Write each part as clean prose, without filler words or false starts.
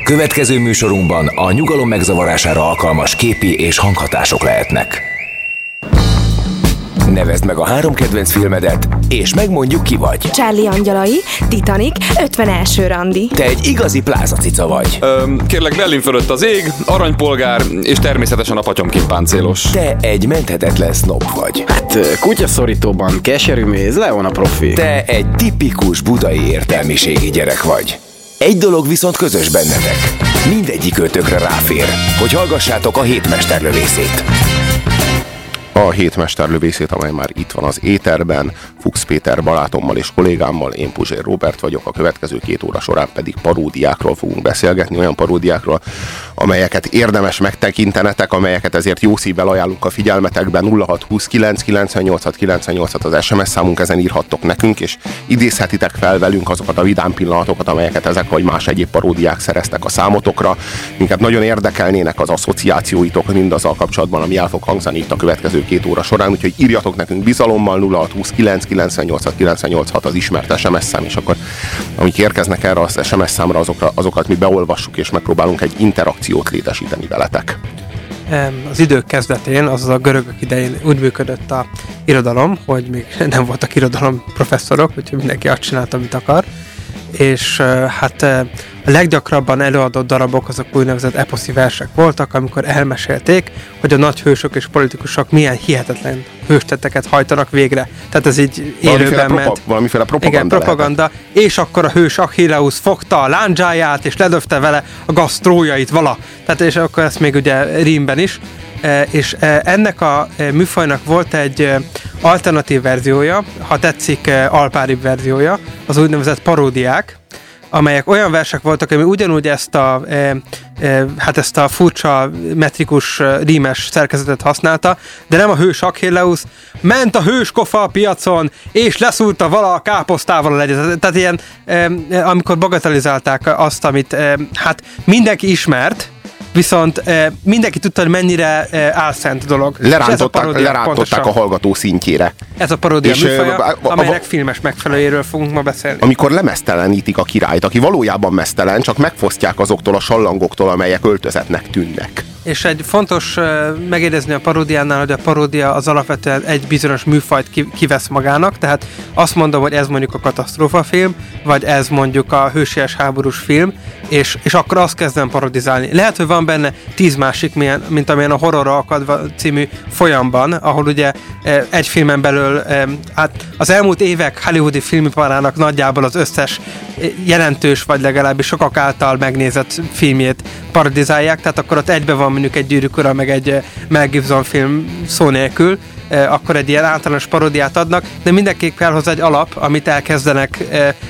Következő műsorunkban a nyugalom megzavarására alkalmas képi és hanghatások lehetnek. Nevezd meg a 3 kedvenc filmedet, és megmondjuk, ki vagy. Charlie angyalai, Titanic, 51. randi. Te egy igazi plázacica vagy. Kérlek, Berlin fölött az ég, aranypolgár, és természetesen a patyomkin páncélos. Te egy menthetetlen sznob vagy. Hát kutyaszorítóban keserű méz, Leon a profi. Te egy tipikus budai értelmiségi gyerek vagy. Egy dolog viszont közös bennetek. Mindegyik ötökre ráfér, hogy hallgassátok a Hétmesterlövészét. A Hétmesterlövészét, amely már itt van az éterben, Fuchs Péter barátommal és kollégámmal, én Puzsér Róbert vagyok, a következő 2 óra során pedig paródiákról fogunk beszélgetni, olyan paródiákról, amelyeket érdemes megtekintenetek, amelyeket ezért jó szívvel ajánlunk a figyelmetekben. 0629 98 az SMS számunk, ezen írhattok nekünk, és idézhetitek fel velünk azokat a vidám pillanatokat, amelyeket ezek vagy más egyéb paródiák szereztek a számotokra. Minket nagyon érdekelnének az asszociációitok mindazzal kapcsolatban, ami el fog hangzani itt a következő 2 óra során, úgyhogy írjatok nekünk bizalommal. 0629 98 az ismert SMS szám, és akkor amik érkeznek erre az SMS számra, azokat mi beolvassuk, és megpróbálunk egy interakciót létesíteni veletek. Az idők kezdetén, azaz a görögök idején úgy működött a irodalom, hogy még nem voltak irodalom professzorok, úgyhogy mindenki azt csinálta, amit akar. És hát a leggyakrabban előadott darabok azok úgynevezett eposzi versek voltak, amikor elmesélték, hogy a nagy hősök és politikusok milyen hihetetlen hőstetteket hajtanak végre. Tehát ez így élőben ment. Valamiféle propaganda. Igen, propaganda. És akkor a hős Achilleus fogta a lándzsáját, és ledöfte vele a gasztrójait vala. Tehát és akkor ezt még ugye rímben is. És ennek a műfajnak volt egy alternatív verziója, ha tetszik alpáribb verziója, az úgynevezett paródiák, amelyek olyan versek voltak, ami ugyanúgy ezt a furcsa metrikus rímes szerkezetet használta, de nem a hős Achilleus, ment a hőskofa a piacon, és leszúrta vala a káposztával a legyet. Tehát ilyen, amikor bagatelizálták azt, amit hát mindenki ismert, viszont mindenki tudta, hogy mennyire álszent dolog. Lerántották a hallgató szintjére. Ez a paródia műfaja, amelynek filmes megfelelőjéről fogunk ma beszélni. Amikor lemeztelenítik a királyt, aki valójában meztelen, csak megfosztják azoktól a sallangoktól, amelyek öltözetnek tűnnek. És egy fontos megjegyezni a paródiánál, hogy a paródia az alapvetően egy bizonyos műfajt kivesz magának, tehát azt mondom, hogy ez mondjuk a katasztrófafilm, vagy ez mondjuk a hősies háborús film, és akkor azt kezdem parodizálni. Lehet, hogy van benne 10 másik, mint amilyen a Horrorra akadva című folyamban, ahol ugye egy filmen belül hát az elmúlt évek hollywoodi filmiparának nagyjából az összes jelentős, vagy legalábbis sokak által megnézett filmjét parodizálják, tehát akkor ott egybe van mondjuk egy Gyűrűk ura, meg egy Mel Gibson film szó nélkül, akkor egy ilyen általános paródiát adnak, de mindenképp kell hozzá egy alap, amit elkezdenek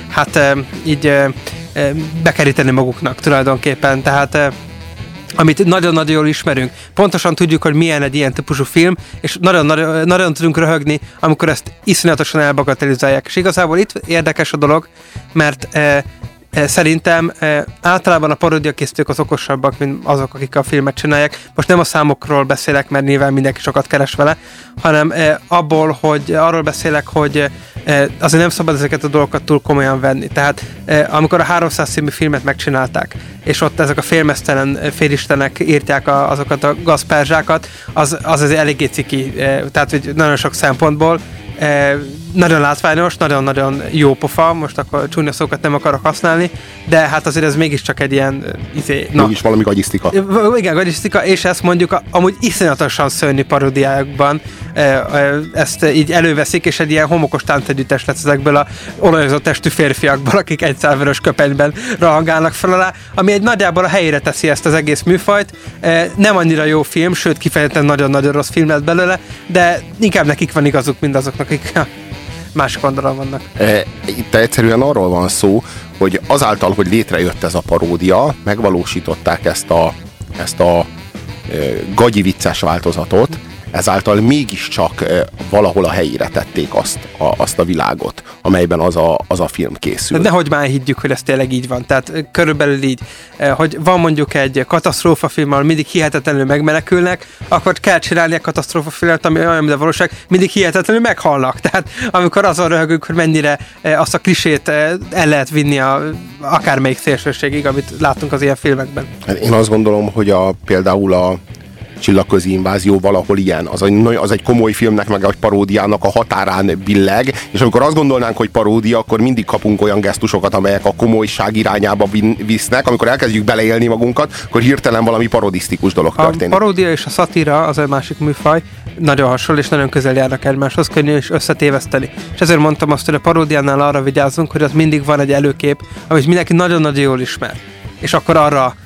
így bekeríteni maguknak tulajdonképpen, tehát amit nagyon-nagyon jól ismerünk. Pontosan tudjuk, hogy milyen egy ilyen típusú film, és nagyon tudunk röhögni, amikor ezt iszonyatosan elbagatelizálják. És igazából itt érdekes a dolog, mert szerintem általában a paródiakészítők az okosabbak, mint azok, akik a filmet csinálják. Most nem a számokról beszélek, mert nyilván mindenki sokat keres vele, hanem arról beszélek, hogy azért nem szabad ezeket a dolgokat túl komolyan venni. Tehát amikor a 300 című filmet megcsinálták, és ott ezek a félmeztelen félistenek írták azokat a gazperzsákat, az eléggé ciki, tehát hogy nagyon sok szempontból. Nagyon látványos, nagyon-nagyon jó pofa, most akkor csúnya szókat nem akarok használni, de hát azért ez mégiscsak egy ilyen mégis valami gagyisztika. Igen, gagyisztika, és ezt mondjuk amúgy iszonyatosan szörnyű paródiákban ezt így előveszik, és egy ilyen homokos táncegyüttes lesz ezekből a olajozott testű férfiakból, akik egy szálvörös köpenyben rohangálnak fel alá, ami egy nagyjából a helyére teszi ezt az egész műfajt. Nem annyira jó film, sőt kifejezetten nagyon-nagyon rossz film lett belőle, de inkább nekik van igazuk, mint azoknak, akik másik oldalon vannak. Itt egyszerűen arról van szó, hogy azáltal, hogy létrejött ez a paródia, megvalósították ezt a gagyi vicces változatot, ezáltal mégiscsak valahol a helyére tették azt a világot, amelyben az a film készül. Nehogy már higgyük, hogy ez tényleg így van. Tehát körülbelül így, hogy van mondjuk egy katasztrófafilm, ahol mindig hihetetlenül megmenekülnek, akkor kell csinálni a katasztrófafilmet, ami olyan, mint a valóság, mindig hihetetlenül meghalnak. Tehát amikor azon röhögünk, hogy mennyire azt a klisét el lehet vinni akármelyik szélsőségig, amit látunk az ilyen filmekben. Én azt gondolom, hogy például a Csillagközi invázió valahol ilyen. Az egy komoly filmnek, meg egy paródiának a határán billeg, és amikor azt gondolnánk, hogy paródia, akkor mindig kapunk olyan gesztusokat, amelyek a komolyság irányába visznek. Amikor elkezdjük beleélni magunkat, akkor hirtelen valami parodisztikus dolog történik. A paródia és a szatíra az egy másik műfaj, nagyon hasonló, és nagyon közel járnak egymáshoz, könnyű is összetéveszteni. És ezért mondtam azt, hogy a paródiánál arra vigyázzunk, hogy ott mindig van egy előkép, amit mindenki nagyon-nagyon jól ismer. És akkor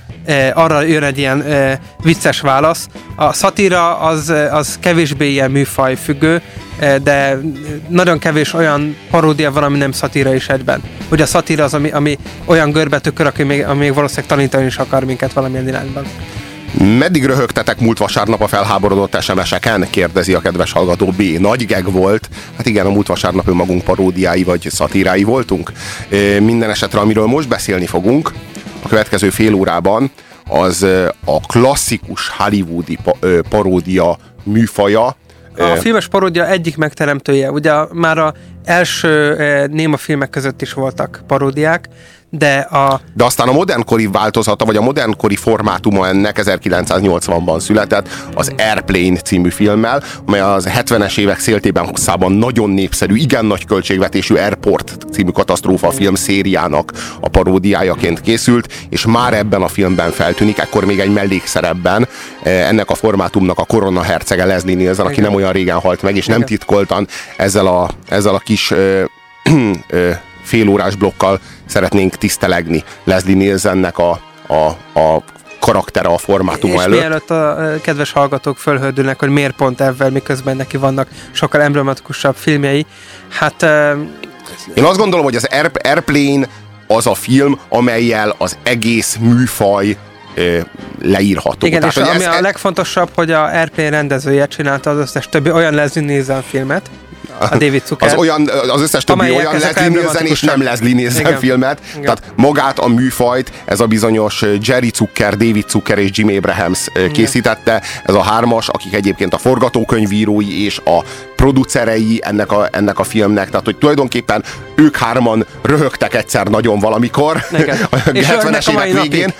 arra jön egy ilyen vicces válasz. A szatíra az kevésbé ilyen műfaj függő, de nagyon kevés olyan paródia van, ami nem szatíra is egyben. Ugye a szatíra az, ami olyan görbetökör, aki még valószínűleg tanítani is akar minket valamilyen irányban. Meddig röhögtetek múlt vasárnap a felháborodott SMS-eken? Kérdezi a kedves hallgató B. Nagy geg volt. Hát igen, a múlt vasárnap önmagunk paródiái vagy szatírái voltunk. Minden esetre, amiről most beszélni fogunk, a következő fél órában, az a klasszikus hollywoodi paródia műfaja. A filmes paródia egyik megteremtője. Ugye már az első néma filmek között is voltak paródiák, de aztán a modernkori változata, vagy a modernkori formátuma ennek 1980-ban született az Airplane című filmmel, amely az 70-es évek széltében hosszában nagyon népszerű, igen nagy költségvetésű Airport című katasztrófafilm szériának a paródiájaként készült, és már ebben a filmben feltűnik, ekkor még egy mellékszerepben ennek a formátumnak a korona hercege Leslie Nielsen, aki nem olyan régen halt meg, és nem titkoltan ezzel a kis félórás blokkal szeretnénk tisztelegni Leslie Nielsennek a karaktere, a formátuma előtt. És mielőtt a kedves hallgatók fölhördülnek, hogy miért pont ebben, miközben neki vannak sokkal emblematikusabb filmjei, hát... Én azt gondolom, hogy az Airplane az a film, amellyel az egész műfaj leírható. Igen, tehát, és ami a legfontosabb, hogy a Airplane rendezője csinálta az összes többi olyan Leslie Nielsen filmet, a David Zucker. Az összes többi olyan Leslie Nielsen és nem Leslie Nielsen filmet. Igen. Tehát magát a műfajt ez a bizonyos Jerry Zucker, David Zucker és Jim Abrahams készítette. Ez a hármas, akik egyébként a forgatókönyvírói és a producerei ennek a filmnek. Tehát, hogy tulajdonképpen ők hárman röhögtek egyszer nagyon valamikor a 70-es évek végén,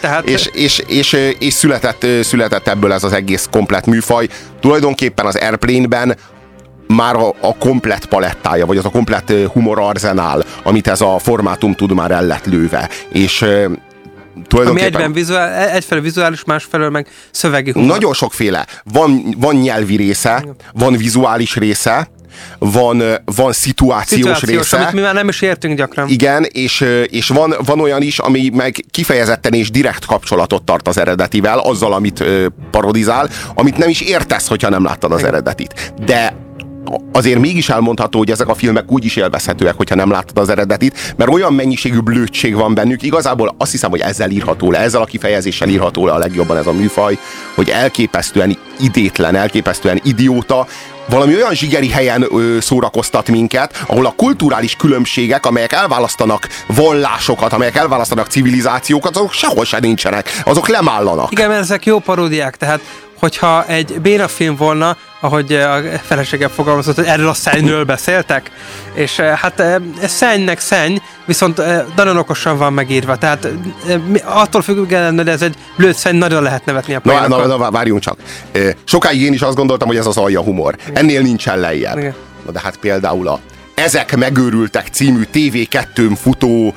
és született ebből ez az egész komplett műfaj. Tulajdonképpen az Airplane-ben már a komplett palettája, vagy az a komplett humorarzenál, amit ez a formátum tud, már el lett lőve. És tulajdonképpen... Ami egyfelől vizuális, másfelől meg szövegi humor. Nagyon sokféle. Van nyelvi része, van vizuális része, van szituációs része. Amit mi már nem is értünk gyakran. Igen, és van olyan is, ami meg kifejezetten és direkt kapcsolatot tart az eredetivel, azzal, amit parodizál, amit nem is értesz, hogyha nem láttad az eredetit. De azért mégis elmondható, hogy ezek a filmek úgy is élvezhetőek, hogyha nem láttad az eredetit, mert olyan mennyiségű blödség van bennük, igazából azt hiszem, hogy ezzel a kifejezéssel írható le a legjobban ez a műfaj, hogy elképesztően idétlen, elképesztően idióta, valami olyan zsigeri helyen szórakoztat minket, ahol a kulturális különbségek, amelyek elválasztanak vallásokat, amelyek elválasztanak civilizációkat, azok sehol se nincsenek, azok lemállanak. Igen, mert ezek jó paródiák, tehát hogyha egy béna film volna, ahogy a feleségem fogalmazott, hogy erről a szennyről beszéltek, és hát ez szennynek szenny, viszont nagyon okosan van megírva, tehát attól függően, hogy ez egy blöd szenny, nagyon lehet nevetni a poénokon. Na, várjunk csak. Sokáig én is azt gondoltam, hogy ez az alja humor. Ennél nincsen lejjebb. Igen. Na de hát például a Ezek megőrültek című TV2-n futó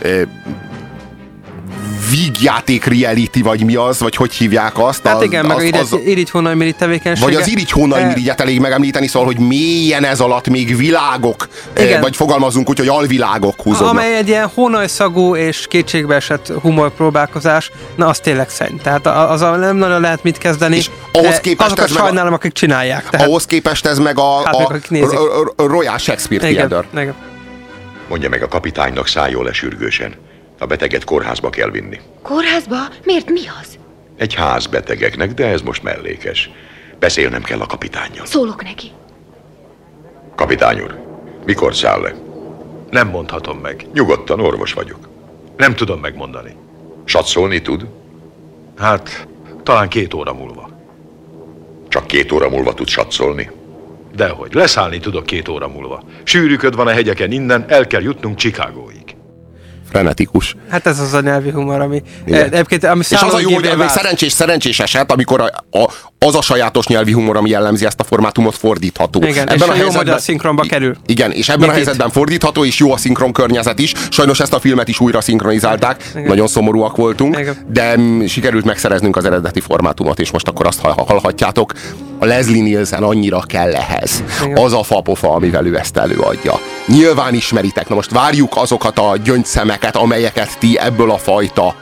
vígjáték reality, vagy mi az, vagy hogy hívják azt. Hát igen, meg Irigy Hónajmiri tevékenysége. Vagy az Irigy Hónajmirigyet elég megemlíteni, szóval, hogy mélyen ez alatt még világok, vagy fogalmazunk úgy, hogy alvilágok húzódnak. Amely egy ilyen hónajszagú és kétségbeesett humorpróbálkozás, na az tényleg szenny. Tehát azzal nem nagyon lehet mit kezdeni. És ahhoz képest azokat sajnálom, akik csinálják. Tehát, ahhoz képest ez meg a Royal Shakespeare Theatre. Igen. Mondja meg a kapitánynak, szálljon le sürgősen. A beteget kórházba kell vinni. Kórházba? Miért, mi az? Egy ház betegeknek, de ez most mellékes. Beszélnem kell a kapitánnyal. Szólok neki. Kapitány úr, mikor száll le? Nem mondhatom meg. Nyugodtan, orvos vagyok. Nem tudom megmondani. Satszolni tud? Hát, talán 2 óra múlva. Csak 2 óra múlva tud satszolni? Dehogy, leszállni tudok 2 óra múlva. Sűrű van a hegyeken innen, el kell jutnunk Chicagóig. Frenetikus. Hát ez az a nyelvi humor, ami... Egyébként, ami és az a jó, hogy szerencsés eset, amikor az a sajátos nyelvi humor, ami jellemzi ezt a formátumot, fordítható. Igen, ebben és a jó magyar szinkronba kerül. Igen, és ebben a helyzetben fordítható, és jó a szinkron környezet is. Sajnos ezt a filmet is újra szinkronizálták. Igen. Nagyon szomorúak voltunk, igen. De sikerült megszereznünk az eredeti formátumot, és most akkor azt hallhatjátok. A Leslie Nielsen annyira kell ehhez. Igen. Az a fapofa, amivel ő ezt előadja. Nyilván ismeritek. Na most várjuk azokat a gyöngyszemeket, amelyeket ti ebből a fajta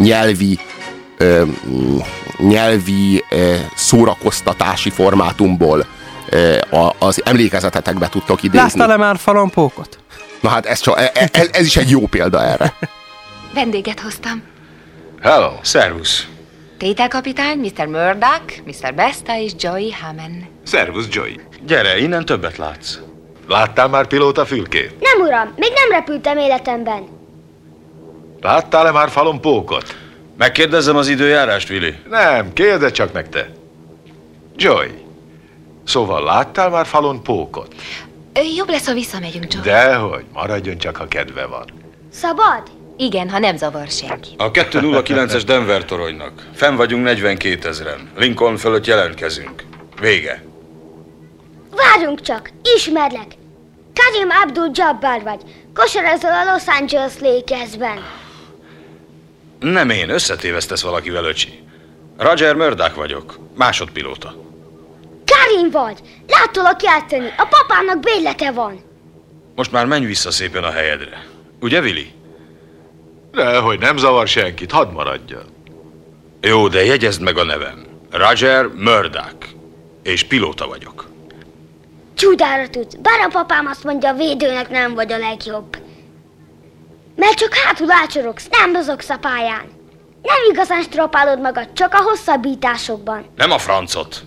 nyelvi szórakoztatási formátumból az emlékezetetekbe tudtok idézni. Láttál-e már falompókot? Na hát ez is egy jó példa erre. Vendéget hoztam. Hello, szervusz. Tételkapitány, Mr. Murdoch, Mr. Besta és Joey Hammond. Szervusz, Joey. Gyere, innen többet látsz. Láttál már pilótafülkét? Nem, uram, még nem repültem életemben. Láttál-e már falompókot? Megkérdezem az időjárást, Willy? Nem, kérdezz csak meg te. Joey, szóval láttál már falompókot? Jobb lesz, ha visszamegyünk, Joey. Dehogy, maradjon csak, ha kedve van. Szabad? Igen, ha nem zavar senki. A 209-es Denver toronynak. Fenn vagyunk 42 000-en. Lincoln fölött jelentkezünk. Vége. Várjunk csak, ismerlek. Karim Abdul-Jabbar vagy. Kosarázol a Los Angeles Lakersben. Nem én, összetévesztesz valakivel, öcsi. Roger Murdoch vagyok, másodpilóta. Karim vagy! Láttalak játszani, a papának bérlete van. Most már menj vissza szépen a helyedre. Ugye, Willy? Dehogy nem zavar senkit, hadd maradjon. Jó, de jegyezd meg a nevem. Roger Murdoch. És pilóta vagyok. Csudára tudsz, bár a papám azt mondja, a védőnek nem vagy a legjobb. Mert csak hátul ácsorogsz, nem mozogsz a pályán. Nem igazán strapálod magad, csak a hosszabbításokban. Nem a francot.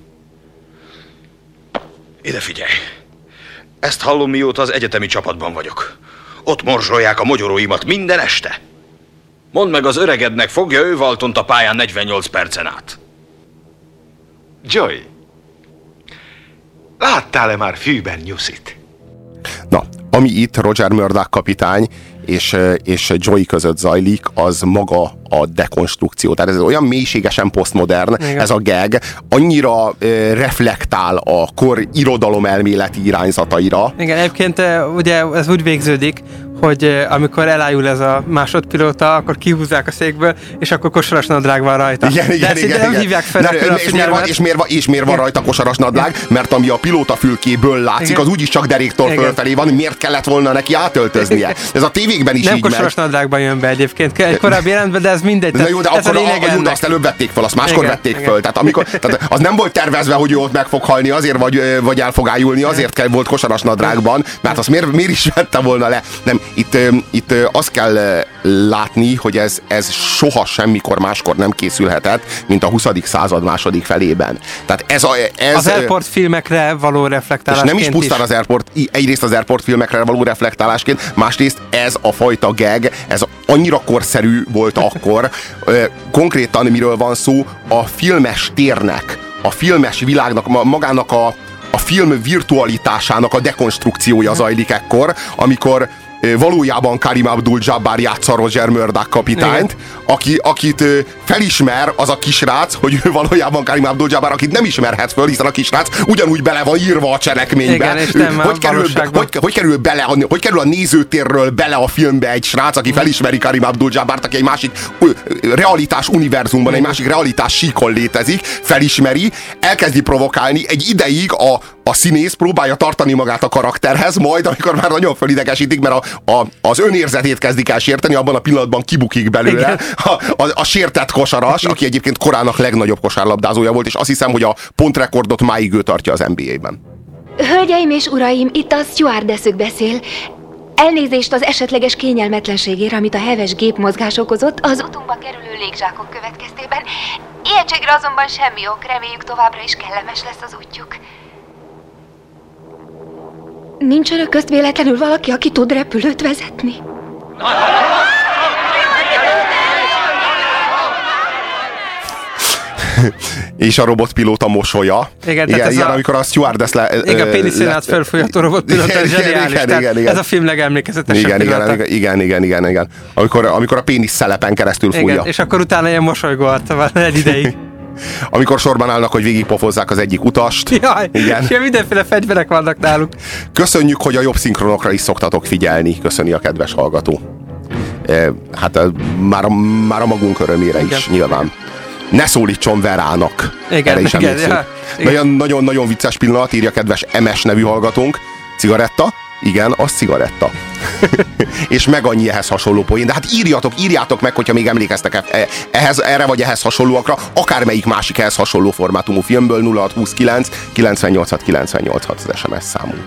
Ide figyelj. Ezt hallom, mióta az egyetemi csapatban vagyok. Ott morzsolják a mogyoróimat minden este. Mondd meg az öregednek, fogja ő Waltont a pályán 48 percen át. Joey, láttál-e már fűben nyuszit? Na, ami itt Roger Murdoch kapitány és Joey között zajlik, az maga a dekonstrukció. Tehát ez olyan mélységesen posztmodern, igen. Ez a gag, annyira reflektál a kor irodalomelméleti irányzataira. Igen, egyébként ugye ez úgy végződik, hogy amikor elájul ez a másodpilóta, akkor kihúzzák a székből, és akkor kosaras nadrág van rajta. Igen. Nem hívják fel a figyelmet. És miért van rajta kosaras nadrág? Mert ami a pilótafülkéből látszik, igen. Az úgyis csak deréktől fölfelé van, miért kellett volna neki átöltöznie? Ez a tévékben is nem így megy. Nem kosaras nadrágban jön be egyébként egy korábbi jelentben, de ez mindegy. Na jó, de akkor azt előbb vették fel, azt máskor vették föl. Tehát az nem volt tervezve, hogy ő ott meg fog halni azért, vagy el fog ájulni, azért volt kosaras nadrágban, mert azt miért is vette volna le? Nem, itt azt kell látni, hogy ez soha semmikor máskor nem készülhetett, mint a 20. század második felében. Tehát ez az Airport filmekre való reflektálásként. És nem is pusztán egyrészt az Airport filmekre való reflektálásként, másrészt ez a fajta gag, ez annyira korszerű volt akkor. Konkrétan miről van szó? A filmes térnek, a filmes világnak, magának a film virtualitásának a dekonstrukciója zajlik ekkor, amikor valójában Karim Abdul-Jabbar játsza Roger Murdoch kapitányt, akit felismer az a kisrác, hogy ő valójában Karim Abdul-Jabbar, akit nem ismerhet föl, hiszen a kisrác ugyanúgy bele van írva a cselekménybe. Igen, hogy kerül a nézőtérről bele a filmbe egy srác, aki felismeri Karim Abdul-Jabbart, aki egy másik realitás univerzumban, egy másik realitás síkon létezik, felismeri, elkezdi provokálni, egy ideig a színész próbálja tartani magát a karakterhez, majd amikor már nagyon fölidegesítik, mert az önérzetét kezdik el sérteni, abban a pillanatban kibukik belőle a sértett kosaras, aki egyébként korának legnagyobb kosárlabdázója volt, és azt hiszem, hogy a pontrekordot máig ő tartja az NBA-ben. Hölgyeim és uraim, itt a stewardessük beszél. Elnézést az esetleges kényelmetlenségére, amit a heves gépmozgás okozott az utunkba kerülő légzsákok következtében. Ijegységre azonban semmi ok, reméljük továbbra is kellemes lesz az útjuk. Nincs önök közt véletlenül valaki, aki tud repülőt vezetni? És a robotpilóta mosolya. Igen, amikor a stewardess igen, péniszén át felfolyató robotpilóta, zseniális. Igen. Ez a film legemlékezetesebb pillanata. Igen. Amikor a pénisz szelepen keresztül fújja. Igen, és akkor utána ilyen mosolygó arca van egy ideig. Amikor sorban állnak, hogy végigpofozzák az egyik utast. Jaj, igen. És mindenféle fegyverek vannak náluk. Köszönjük, hogy a jobb szinkronokra is szoktatok figyelni, köszöni a kedves hallgató. Hát már a magunk örömére is nyilván. Ne szólítson Verának. Igen. Nagyon-nagyon vicces pillanat, írja kedves MS nevű hallgatónk. Cigaretta? Igen, az cigaretta. És meg annyi ehhez hasonló poén. De hát írjátok meg, hogyha még emlékeztek erre vagy ehhez hasonlóakra, akármelyik másik ehhez hasonló formátumú filmből. 0629 986 986 az SMS számunk.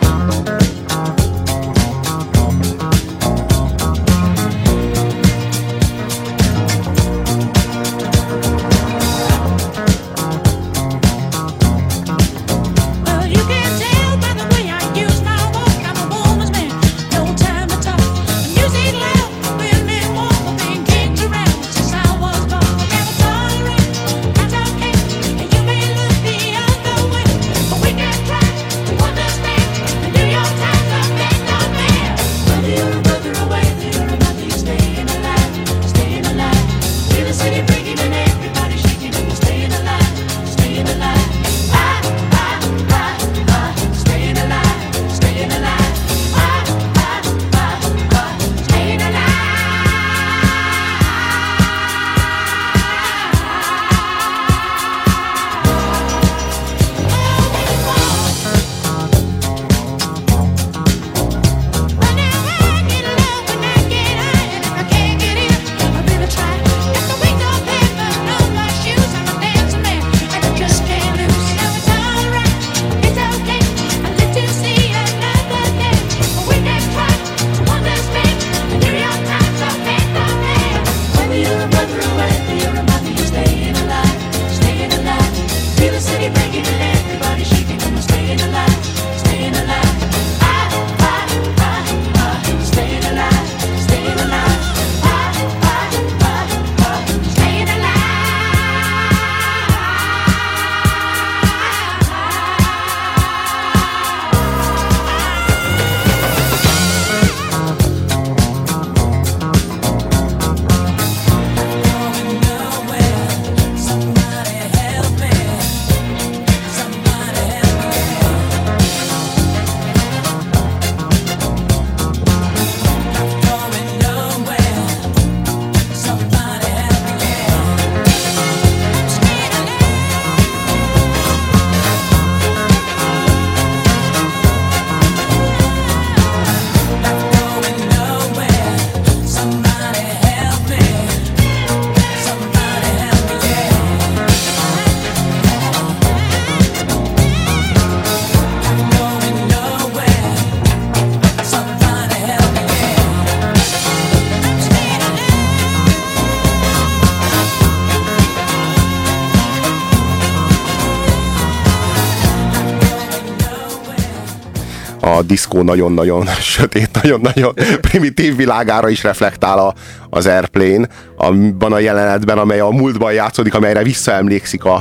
A diszkó nagyon-nagyon sötét, nagyon-nagyon primitív világára is reflektál az Airplane, abban a jelenetben, amely a múltban játszódik, amelyre visszaemlékszik a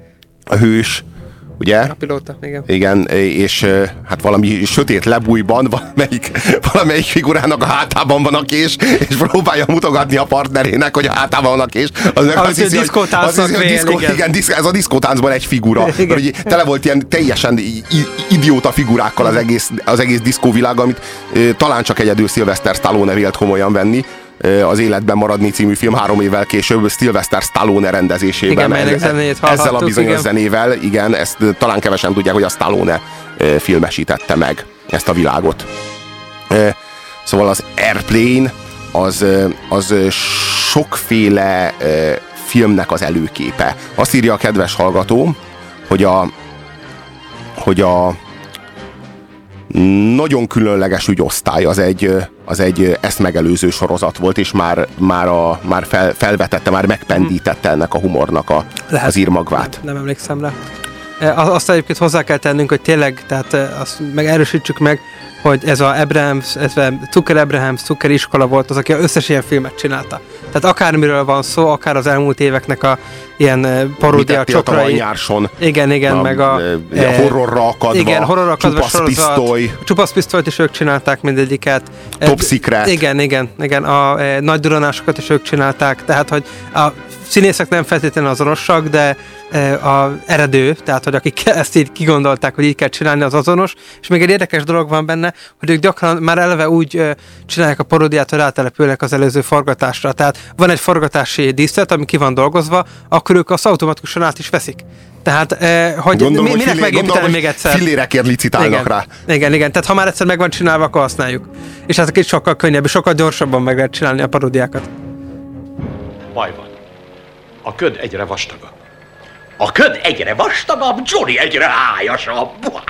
hős, ugye? A pilóta, igen. Igen, és hát valami sötét lebújban valamelyik figurának a hátában van a kés, és próbálja mutogatni a partnerének, hogy a hátában van a kés. Az meg azt hiszi, ez a diszkótáncban egy figura. Mert, tele volt ilyen teljesen idióta figurákkal az egész diszkóvilág, amit talán csak egyedül Sylvester Stallone vélt komolyan venni. Az Életben maradni című film 3 évvel később Sylvester Stallone rendezésében. Igen, ezzel a bizonyos zenével, igen, ezt talán kevesen tudják, hogy a Stallone filmesítette meg ezt a világot. Szóval az Airplane az sokféle filmnek az előképe. Azt írja a kedves hallgató, hogy a nagyon különleges ügyosztály, az egy ezt megelőző sorozat volt, és már felvetette, már megpendítette ennek a humornak az írmagvát. Nem emlékszem rá. Azt egyébként hozzá kell tennünk, hogy tényleg, tehát azt meg erősítsük meg, hogy ez a Zucker Abrahams Zucker iskola volt az, aki az összes ilyen filmet csinálta. Tehát akármiről van szó, akár az elmúlt éveknek a ilyen paródia csokrai. Igen, meg a horrorra akadva, Csupasz pisztoly. Csupasz pisztolyt is ők csinálták mindegyiket. Top Secret. Igen. A nagy duranásokat is ők csinálták. Tehát, hogy a színészek nem feltétlenül azonosak, de az eredő, tehát, hogy akik ezt így kigondolták, hogy így kell csinálni, az azonos. És még egy érdekes dolog van benne, hogy ők gyakran már eleve úgy csinálják a paródiát, hogy rátelepülnek az előző forgatásra. Tehát van egy forgatási díszlet, ami ki van dolgozva, akkor ők azt automatikusan át is veszik. Tehát, hogy gondolom, minek megépíteni még egyszer? Fillérekért licitálnak rá. Igen. Tehát ha már egyszer meg van csinálva, akkor használjuk. És ezek itt sokkal könnyebb, és sokkal gyorsabban meg lehet csinálni a paródiákat. Baj van. A köd egyre vastagabb. A köd egyre vastagabb, Johnny egyre hájasabb.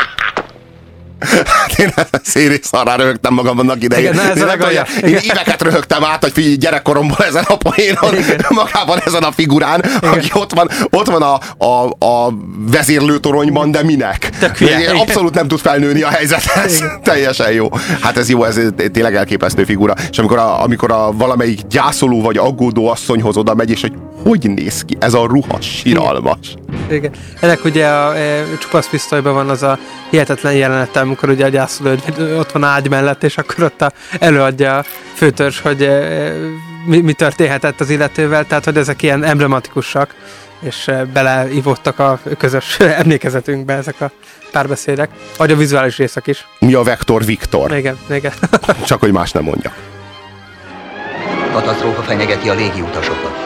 Én szérészarrá röhögtem magam annak idején. Én éveket röhögtem át, hogy figyelj, gyerekkoromban ezen a poénon, magában ezen a figurán, aki ott van a vezérlőtoronyban, de minek? Abszolút nem tud felnőni a helyzethez. Teljesen jó. Hát ez jó, ez tényleg elképesztő figura. És amikor valamelyik gyászoló vagy aggódó asszonyhoz oda megy, és hogy néz ki? Ez a ruha siralmas. Igen. Ennek ugye a Csupasz pisztolyban van az a hihetetlen jelenet, amikor ugye a gyászoló ott van ágy mellett, és akkor ott előadja a főtörzs, hogy mi történhetett az illetővel, tehát hogy ezek ilyen emblematikusak, és beleivottak a közös emlékezetünkbe ezek a párbeszédek, vagy a vizuális részek is. Mi a Vektor Viktor? Igen. Csak hogy más nem mondjak. Katasztrófa fenyegeti a légiutasokat.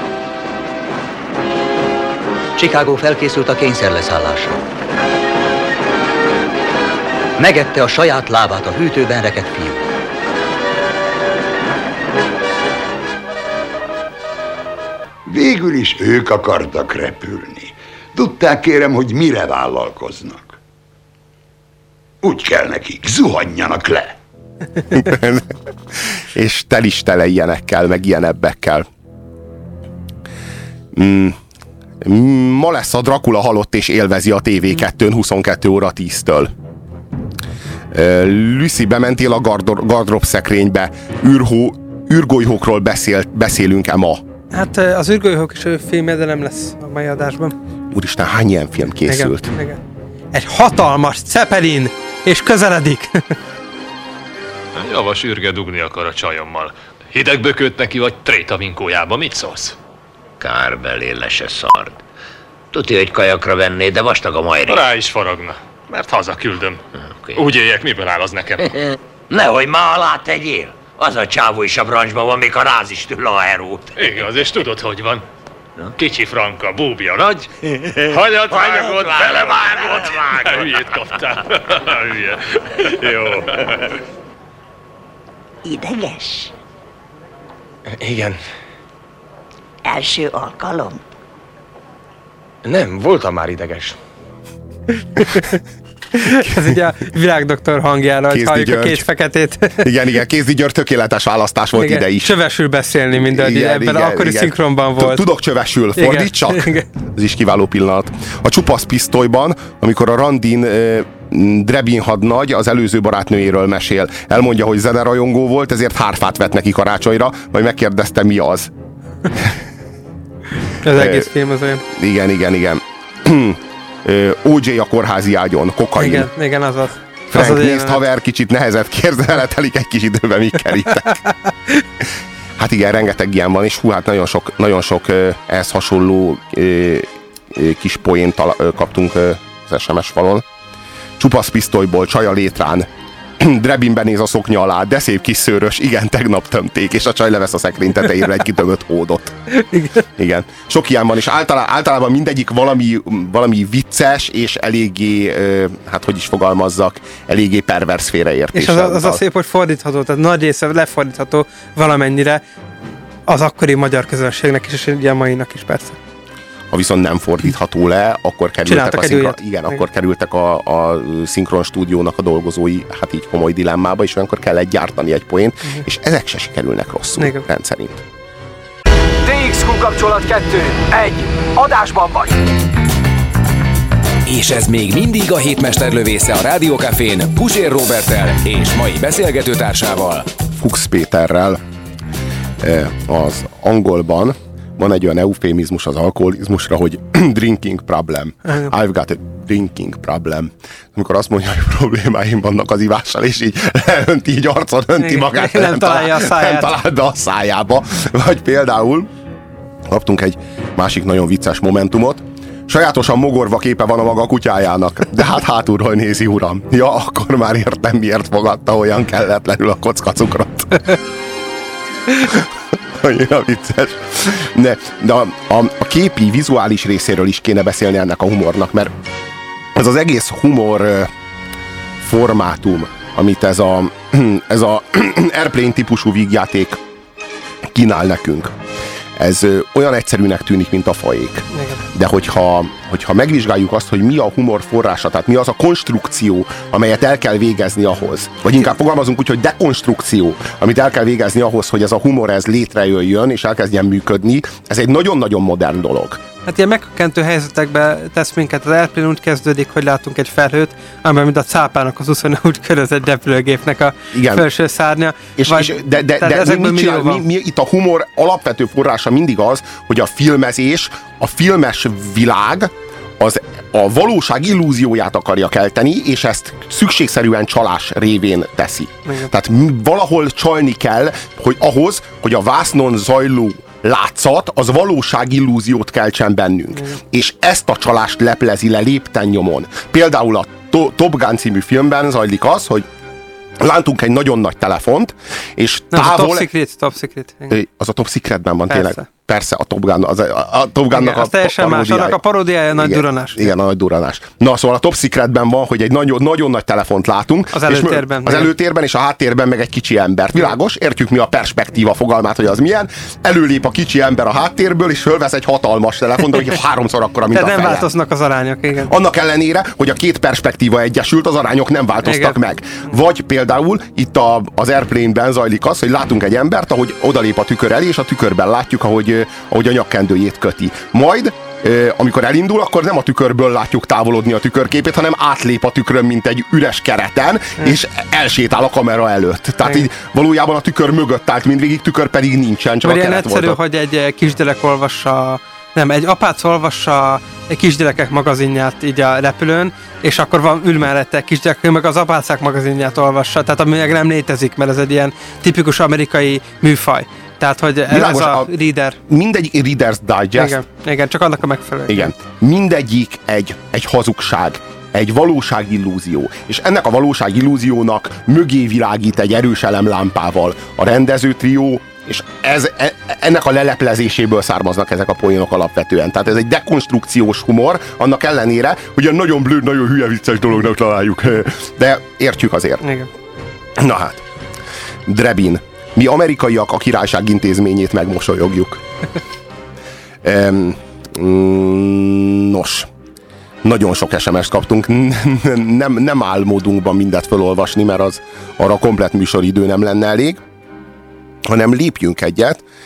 Chicago felkészült a kényszerleszállásra. Megette a saját lábát a hűtőben rekedt fiú. Végül is ők akartak repülni. Tudták, kérem, hogy mire vállalkoznak. Úgy kell nekik, zuhanjanak le. És tel is tele ilyenekkel, meg ilyenebbekkel. Ma lesz a Dracula halott és élvezi a TV2-n 22 óra 10-től. Lucy, bementél a gardrób szekrénybe. Űrgolyhókról beszélünk-e ma? Hát az űrgolyhók is filmje, de nem lesz a mai adásban. Úristen, hány ilyen film készült? Igen. Egy hatalmas Zeppelin, és közeledik. Javas űrge dugni akar a csajommal. Hidegbökőt neki, vagy trétavinkójába, mit szólsz? Kár beléle se szard. Tudja, hogy kajakra venné, de vastag a majri. Rá is faragna, mert hazaküldöm. Okay. Úgy éljek, miből áll az nekem? Nehogy már alá tegyél. Az a csávó is a brancsban van, mikor ráz is tőle a herót. Igaz, és tudod, hogy van. Kicsi Franka, búbja nagy. Hanyat vágott, belevágott. Hülyét kaptál. Hülye. Jó. Ideges? Igen. Első alkalom? Nem, voltam már ideges. Ez ugye a világdoktor hangjára, hogy halljuk a két feketét. Igen, Kézdi György tökéletes választás volt ide is. Csövesül beszélni mindegy, ebben akkori szinkronban volt. Tudok csövesül, fordítsak? Ez is kiváló pillanat. A Csupasz pisztolyban, amikor a randin Drebin hadnagy az előző barátnőjéről mesél. Elmondja, hogy zenerajongó volt, ezért hárfát vett neki karácsonyra, majd megkérdezte, mi az. Ez egész film az olyan. Igen. OJ a kórházi ágyon, kokain. Igen, azaz. Frank, nézd, haver, kicsit nehezet kérd, eletelik egy kis időben, míg kerítek. Hát igen, rengeteg ilyen van, és hát nagyon sok ehhez hasonló kis poént kaptunk az SMS falon. Csupasz pisztolyból, csaj a létrán. Drebin benéz a szoknya alá, de szép kis szőrös, igen, tegnap tömték, és a csaj levesz a szekrény tetejére egy kitömött hódot. Igen. Sok ilyen van, és általában mindegyik valami vicces, és eléggé, hát hogy is fogalmazzak, eléggé pervers félreértéssel. És az a szép, hogy fordítható, tehát nagy része lefordítható valamennyire az akkori magyar közönségnek is, és ugye a mainak is persze. Ha viszont nem fordítható le, akkor kerültek a szinkron stúdiónak a dolgozói hát így komoly dilemmába, és olyankor kellett gyártani egy poént, és ezek se sikerülnek rosszul, rendszerint. DXQ kapcsolat 2. 1. Adásban vagy! És ez még mindig a hétmester lövésze a Rádió Cafén Puzsér Roberttel és mai beszélgetőtársával, Fuchs Péterrel. Az angolban van egy olyan eufémizmus az alkoholizmusra, hogy drinking problem. I've got a drinking problem. Amikor azt mondja, hogy problémáim vannak az ivással, és így leönti, így arcon önti magát, nem találja nem talál be a szájába. Vagy például kaptunk egy másik nagyon vicces momentumot. Sajátosan mogorva képe van a maga kutyájának, de hát hátulról nézi, uram. Ja, akkor már értem, miért fogadta olyan kelletlenül a kockacukrot. Annyira vicces. De a képi, vizuális részéről is kéne beszélni ennek a humornak, mert ez az egész humor formátum, amit ez a Airplane típusú vígjáték kínál nekünk, ez olyan egyszerűnek tűnik, mint a faék. De hogyha megvizsgáljuk azt, hogy mi a humor forrása, tehát mi az a konstrukció, amelyet el kell végezni ahhoz, vagy inkább fogalmazunk úgy, hogy dekonstrukció, amit el kell végezni ahhoz, hogy ez a humor ez létrejöjjön és elkezdjen működni, ez egy nagyon-nagyon modern dolog. Hát ilyen megkökkentő helyzetekbe tesz minket. Az Airplane úgy kezdődik, hogy látunk egy felhőt, amiben mint a cápának az 25 köröz egy repülőgépnek a felső szárnya. De itt a humor alapvető forrása mindig az, hogy a filmezés, a filmes világ az a valóság illúzióját akarja kelteni, és ezt szükségszerűen csalás révén teszi. Igen. Tehát valahol csalni kell, hogy ahhoz, hogy a vásznon zajló látszat, az valóságillúziót keltsen bennünk. És ezt a csalást leplezi le lépten nyomon. Például a Top Gun című filmben zajlik az, hogy látunk egy nagyon nagy telefont, és távol... Top Secret. Az a Top Secretben van tényleg. Persze, a Top Gun, a Top Gunnak a teljesen más, annak a paródiája nagy duranás. Igen, a nagy duranás. Na, szóval a Top Secretben van, hogy egy nagyon nagy telefont látunk. Az előtérben. Az előtérben, és a háttérben meg egy kicsi embert. Világos, értjük mi a perspektíva fogalmát, hogy az milyen. Előlép a kicsi ember a háttérből, és fölvesz egy hatalmas telefont, hogy 3-szor akkora, mint a feje. Nem változnak az arányok, igen. Annak ellenére, hogy a két perspektíva egyesült, az arányok nem változtak meg. Vagy például itt az Airplane-ben zajlik az, hogy látunk egy embert, ahogy odalép a tükör elé, és a tükörben látjuk, ahogy a nyakkendőjét köti. Majd, amikor elindul, akkor nem a tükörből látjuk távolodni a tükörképét, hanem átlép a tükrön, mint egy üres kereten, és elsétál a kamera előtt. Tehát így valójában a tükör mögött állt mindvégig, tükör pedig nincsen, csak a keret volt. Egyszerű, hogy egy kisgyerek olvassa, egy apác olvassa egy kisgyerekek magazinját így a repülőn, és akkor ül mellette kisgyerek, meg az apácák magazinját olvassa, tehát ami meg nem létezik, mert ez egy ilyen tipikus amerikai műfaj. Tehát, hogy világos, ez a reader. Mindegyik Reader's Digest. Igen, csak annak a megfelelő. Igen. Mindegyik egy hazugság, egy valóságillúzió. És ennek a valóságillúziónak mögé világít egy erős elemlámpával a rendezőtrió, és ennek a leleplezéséből származnak ezek a poénok alapvetően. Tehát ez egy dekonstrukciós humor, annak ellenére, hogy egy nagyon blőd, nagyon hülye vicces dolognak találjuk. De értjük azért. Igen. Na hát, Drebin. Mi amerikaiak a királyság intézményét megmosolyogjuk. Nos, nagyon sok SMS-t kaptunk. Nem áll módunkban mindet felolvasni, mert arra komplet műsoridő nem lenne elég, hanem lépjünk egyet,